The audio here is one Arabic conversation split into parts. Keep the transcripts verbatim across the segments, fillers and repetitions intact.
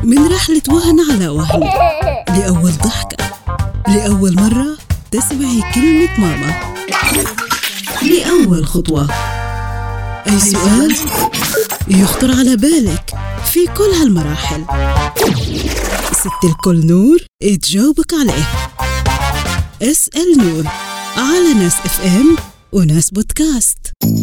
من رحلة وهن على وهن، لأول ضحكة، لأول مرة تسمعي كلمة ماما، لأول خطوة، أي سؤال يخطر على بالك في كل هالمراحل ست الكل نور تجاوبك عليه. اسأل نور على ناس اف ام وناس بودكاست.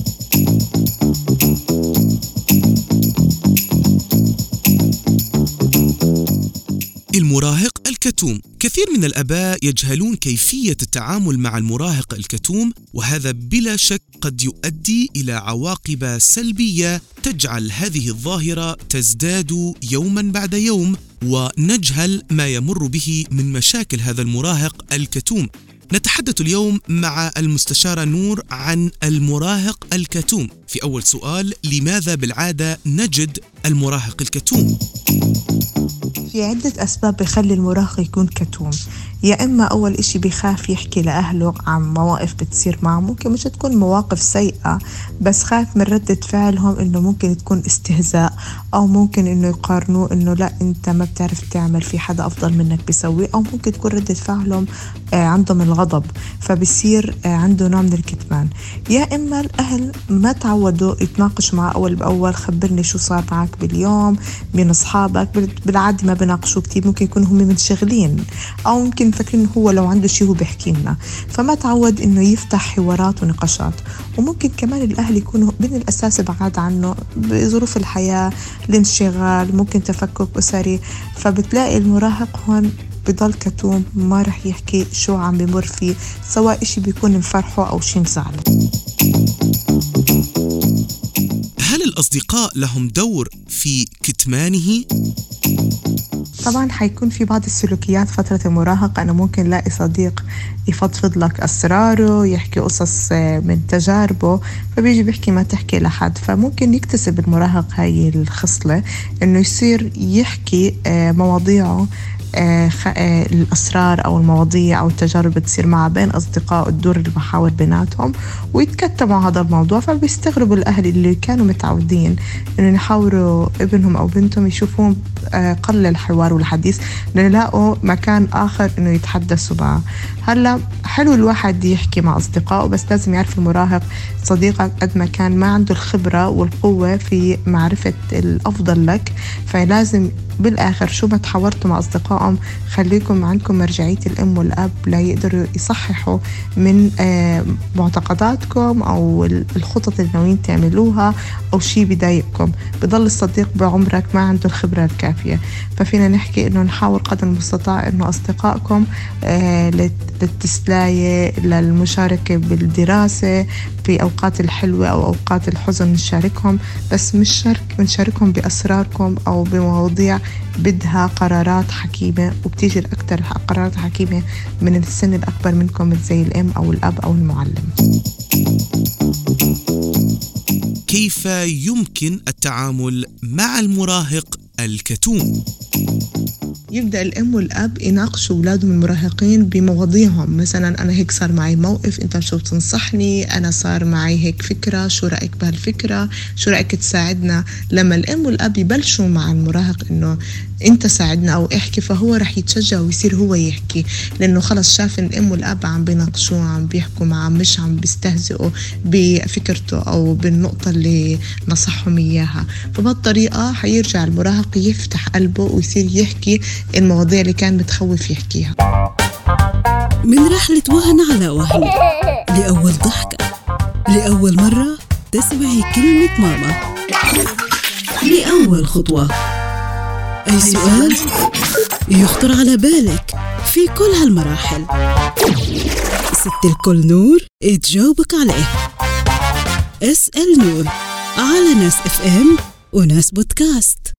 المراهق الكتوم. كثير من الآباء يجهلون كيفية التعامل مع المراهق الكتوم، وهذا بلا شك قد يؤدي إلى عواقب سلبية تجعل هذه الظاهرة تزداد يوما بعد يوم، ونجهل ما يمر به من مشاكل هذا المراهق الكتوم. نتحدث اليوم مع المستشارة نور عن المراهق الكتوم. في أول سؤال، لماذا بالعادة نجد المراهق الكتوم؟ في عدة أسباب بيخلي المراهق يكون كتوم. يا إما أول إشي بيخاف يحكي لأهله عن مواقف بتصير معه، ممكن مش تكون مواقف سيئة بس خاف من ردة فعلهم إنه ممكن تكون استهزاء، أو ممكن إنه يقارنوه إنه لا أنت ما بتعرف تعمل، في حدا أفضل منك بيسوي، أو ممكن تكون ردة فعلهم عندهم الغضب فبصير عنده نوع من الكتمان. يا إما الأهل ما تعودوا يتناقشوا معه أول بأول، خبرني شو صار معك باليوم من أصحابك، بالعادة ما بناقشوا كتير، ممكن يكونوا هم منشغلين أو ممكن فاكرين هو لو عنده شيء هو بيحكي لنا، فما تعود إنه يفتح حوارات ونقاشات. وممكن كمان الأهل يكونوا من الأساس بعاد عنه بظروف الحياة، الانشغال، ممكن تفكك أسري، فبتلاقي المراهق هون بضل كتوم، ما رح يحكي شو عم بمر فيه، سواء إشي بيكون مفرحه أو شي مزعله. هل الأصدقاء لهم دور في كتمانه؟ طبعا حيكون في بعض السلوكيات فترة المراهقة، أنه ممكن لاقي صديق يفضفض لك أسراره، يحكي قصص من تجاربه، فبيجي بيحكي ما تحكي لحد. فممكن يكتسب المراهق هاي الخصلة إنه يصير يحكي مواضيعه، الأسرار أو المواضيع أو التجارب بتصير معه بين أصدقاء، الدور المحاور بيناتهم، ويتكتموا هذا الموضوع. فبيستغربوا الأهل اللي كانوا متعودين إنه يحاوروا ابنهم أو بنتهم يشوفون قل الحوار والحديث، لنلاقوا مكان آخر إنه يتحدثوا معه. هلا حلو الواحد يحكي مع أصدقائه، بس لازم يعرف المراهق صديقك قد ما كان ما عنده الخبرة والقوة في معرفة الأفضل لك، فلازم بالآخر شو ما تحاورتوا مع أصدقائهم خليكم عندكم مرجعية الأم والأب لا يقدروا يصححوا من معتقداتكم أو الخطط اللي ناويين تعملوها أو شيء بيضايقكم. بضل الصديق بعمرك ما عنده الخبرة الكافية، ففينا نحكي إنه نحاول قدر المستطاع إنه أصدقائكم للتسلاية، للمشاركة بالدراسة، في أوقات الحلوة أو أوقات الحزن نشاركهم، بس مش شارك نشاركهم بأسراركم أو بمواضيع بدها قرارات حكيمة، وبتيجي الأكثر قرارات حكيمة من السن الأكبر منكم زي الأم أو الأب أو المعلم. كيف يمكن التعامل مع المراهق الكتوم؟ يبدأ الأم والأب يناقشوا أولادهم المراهقين بمواضيعهم، مثلا أنا هيك صار معي موقف، أنت شو بتنصحني؟ أنا صار معي هيك فكرة، شو رأيك بهالفكرة؟ شو رأيك تساعدنا؟ لما الأم والأب يبلشوا مع المراهق إنه أنت ساعدنا أو احكي، فهو رح يتشجع ويصير هو يحكي، لأنه خلص شاف إن الأم والأب عم بيناقشوه، عم بيحكوا معه، مش عم بيستهزئوا بفكرته أو بالنقطة اللي نصحهم إياها. فبهالطريقة حيرجع المراهق يفتح قلبه ويصير يحكي المواضيع اللي كان متخوف يحكيها. من رحلة وهن على وهن، لأول ضحكة، لأول مرة تسمعي كلمة ماما، لأول خطوة، أي سؤال يخطر على بالك في كل هالمراحل ست الكل نور تجاوبك عليه. اسأل نور على ناس اف ام وناس بودكاست.